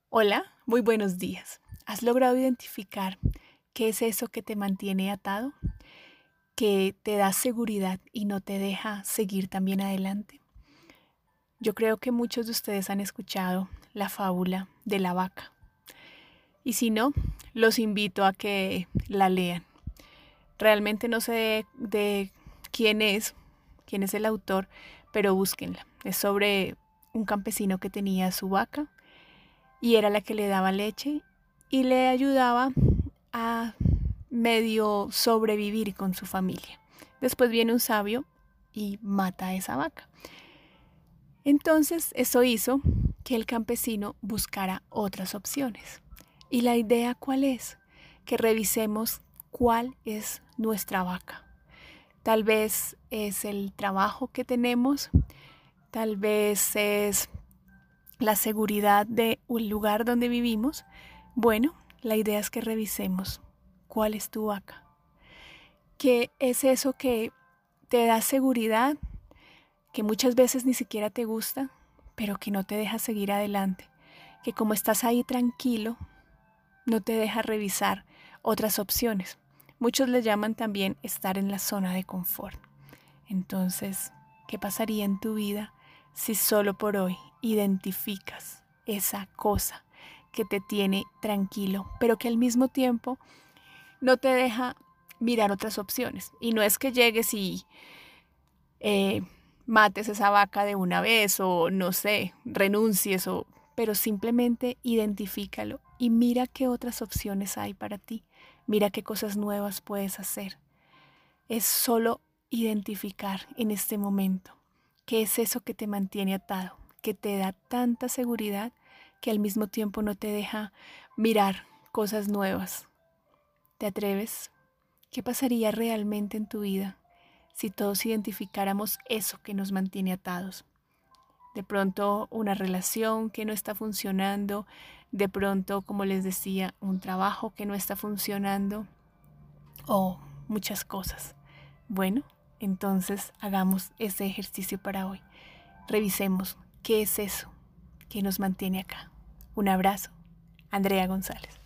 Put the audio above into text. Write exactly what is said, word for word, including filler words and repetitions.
Hola, muy buenos días. ¿Has logrado identificar qué es eso que te mantiene atado, que te da seguridad y no te deja seguir también adelante? Yo creo que muchos de ustedes han escuchado la fábula de la vaca. Y si no, los invito a que la lean. Realmente no sé de, de quién es, quién es el autor, pero búsquenla. Es sobre un campesino que tenía su vaca y era la que le daba leche y le ayudaba a medio sobrevivir con su familia. Después viene un sabio y mata a esa vaca. Entonces eso hizo que el campesino buscara otras opciones. ¿Y la idea cuál es? Que revisemos cuál es nuestra vaca. Tal vez es el trabajo que tenemos, tal vez es la seguridad de un lugar donde vivimos. Bueno, la idea es que revisemos cuál es tu vaca. ¿Qué es eso que te da seguridad, que muchas veces ni siquiera te gusta, pero que no te deja seguir adelante? Que como estás ahí tranquilo, no te deja revisar otras opciones. Muchos le llaman también estar en la zona de confort. Entonces, ¿qué pasaría en tu vida si solo por hoy identificas esa cosa que te tiene tranquilo, pero que al mismo tiempo no te deja mirar otras opciones? Y no es que llegues y eh, mates esa vaca de una vez o no sé, renuncies, o, pero simplemente identifícalo y mira qué otras opciones hay para ti. Mira qué cosas nuevas puedes hacer. Es solo identificar en este momento qué es eso que te mantiene atado, que te da tanta seguridad que al mismo tiempo no te deja mirar cosas nuevas. ¿Te atreves? ¿Qué pasaría realmente en tu vida si todos identificáramos eso que nos mantiene atados? De pronto una relación que no está funcionando, de pronto, como les decía, un trabajo que no está funcionando o muchas cosas. Bueno, entonces hagamos ese ejercicio para hoy. Revisemos qué es eso que nos mantiene acá. Un abrazo, Andrea González.